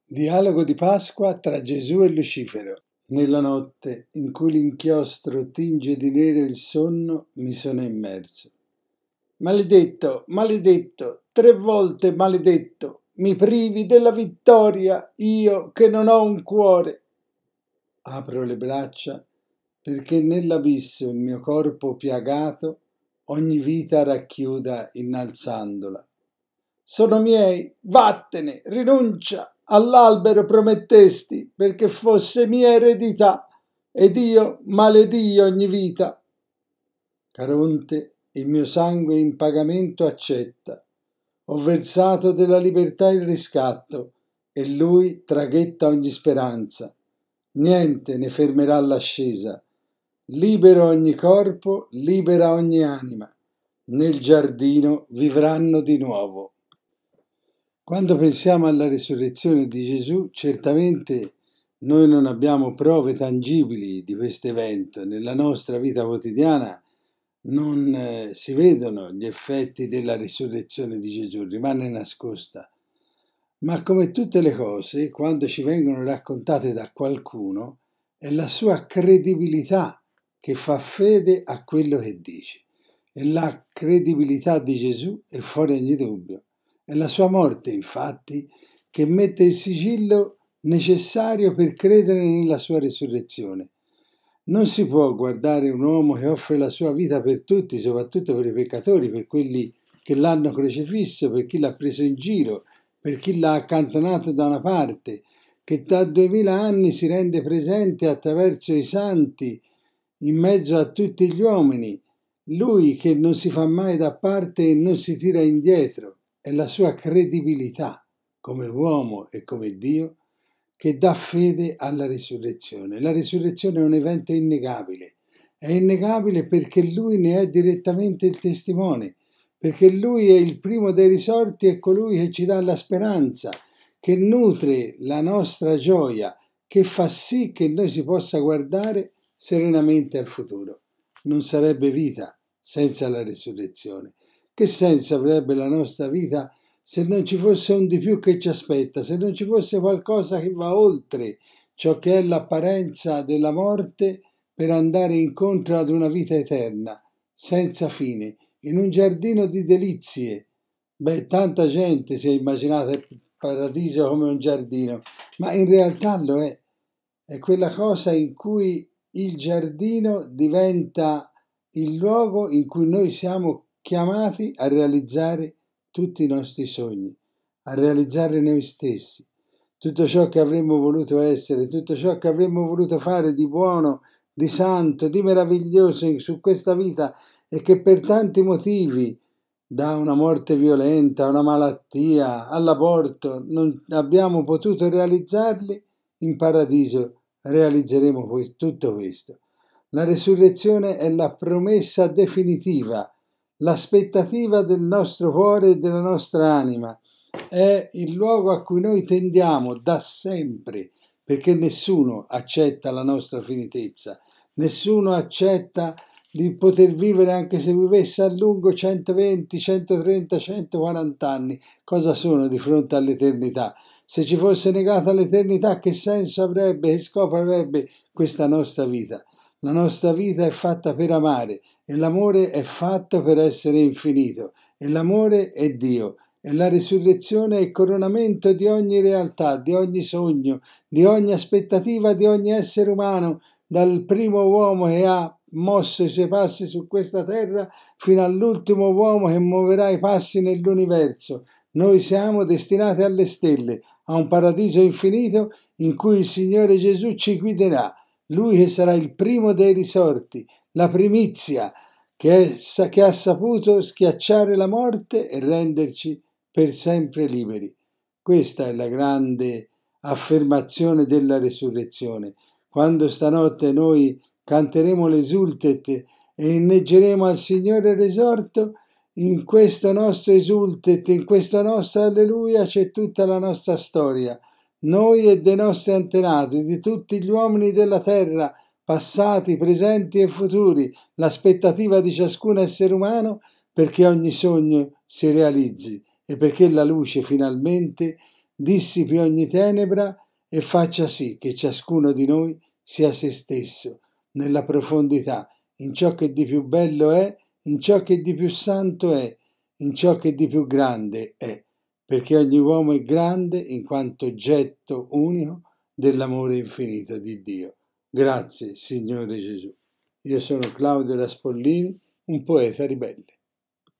Dialogo di Pasqua tra Gesù e Lucifero. Nella notte in cui l'inchiostro tinge di nero il sonno, mi sono immerso. Maledetto, maledetto, 3 volte maledetto, mi privi della vittoria, io che non ho un cuore. Apro le braccia perché nell'abisso il mio corpo piagato ogni vita racchiuda innalzandola. Sono miei, vattene, rinuncia, all'albero promettesti perché fosse mia eredità ed io maledii ogni vita. Caronte il mio sangue in pagamento accetta, ho versato della libertà il riscatto e lui traghetta ogni speranza. Niente ne fermerà l'ascesa. Libero ogni corpo, libera ogni anima. Nel giardino vivranno di nuovo. Quando pensiamo alla risurrezione di Gesù, certamente noi non abbiamo prove tangibili di questo evento. Nella nostra vita quotidiana non si vedono gli effetti della risurrezione di Gesù, rimane nascosta. Ma come tutte le cose, quando ci vengono raccontate da qualcuno, è la sua credibilità che fa fede a quello che dice. E la credibilità di Gesù è fuori ogni dubbio. È la sua morte, infatti, che mette il sigillo necessario per credere nella sua risurrezione. Non si può guardare un uomo che offre la sua vita per tutti, soprattutto per i peccatori, per quelli che l'hanno crocifisso, per chi l'ha preso in giro, per chi l'ha accantonato da una parte, che da 2000 anni si rende presente attraverso i santi, in mezzo a tutti gli uomini. Lui che non si fa mai da parte e non si tira indietro. È la sua credibilità come uomo e come Dio che dà fede alla risurrezione. La risurrezione è un evento innegabile. È innegabile perché lui ne è direttamente il testimone, perché lui è il primo dei risorti e colui che ci dà la speranza, che nutre la nostra gioia, che fa sì che noi si possa guardare serenamente al futuro. Non sarebbe vita senza la risurrezione. Che senso avrebbe la nostra vita se non ci fosse un di più che ci aspetta, se non ci fosse qualcosa che va oltre ciò che è l'apparenza della morte per andare incontro ad una vita eterna, senza fine, in un giardino di delizie. Tanta gente si è immaginata il paradiso come un giardino, ma in realtà lo è. È quella cosa in cui il giardino diventa il luogo in cui noi siamo chiamati a realizzare tutti i nostri sogni, a realizzare noi stessi, tutto ciò che avremmo voluto essere, tutto ciò che avremmo voluto fare di buono, di santo, di meraviglioso su questa vita e che per tanti motivi, da una morte violenta, a una malattia, all'aborto, non abbiamo potuto realizzarli, in paradiso realizzeremo tutto questo. La resurrezione è la promessa definitiva, l'aspettativa del nostro cuore e della nostra anima. È il luogo a cui noi tendiamo da sempre, perché nessuno accetta la nostra finitezza, nessuno accetta di poter vivere anche se vivesse a lungo 120, 130, 140 anni. Cosa sono di fronte all'eternità? Se ci fosse negata l'eternità, che senso avrebbe, che scopo avrebbe questa nostra vita? La nostra vita è fatta per amare e l'amore è fatto per essere infinito e l'amore è Dio e la risurrezione è il coronamento di ogni realtà, di ogni sogno, di ogni aspettativa di ogni essere umano, dal primo uomo che ha mosso i suoi passi su questa terra fino all'ultimo uomo che muoverà i passi nell'universo. Noi siamo destinati alle stelle, a un paradiso infinito in cui il Signore Gesù ci guiderà. Lui che sarà il primo dei risorti, la primizia che ha saputo schiacciare la morte e renderci per sempre liberi. Questa è la grande affermazione della risurrezione. Quando stanotte noi canteremo l'esultet e inneggeremo al Signore risorto, in questo nostro esultet, in questo nostro alleluia c'è tutta la nostra storia. Noi e dei nostri antenati, di tutti gli uomini della terra, passati, presenti e futuri, l'aspettativa di ciascun essere umano perché ogni sogno si realizzi e perché la luce finalmente dissipi ogni tenebra e faccia sì che ciascuno di noi sia se stesso, nella profondità, in ciò che di più bello è, in ciò che di più santo è, in ciò che di più grande è, perché ogni uomo è grande in quanto oggetto unico dell'amore infinito di Dio. Grazie, Signore Gesù. Io sono Claudio Raspollini, un poeta ribelle.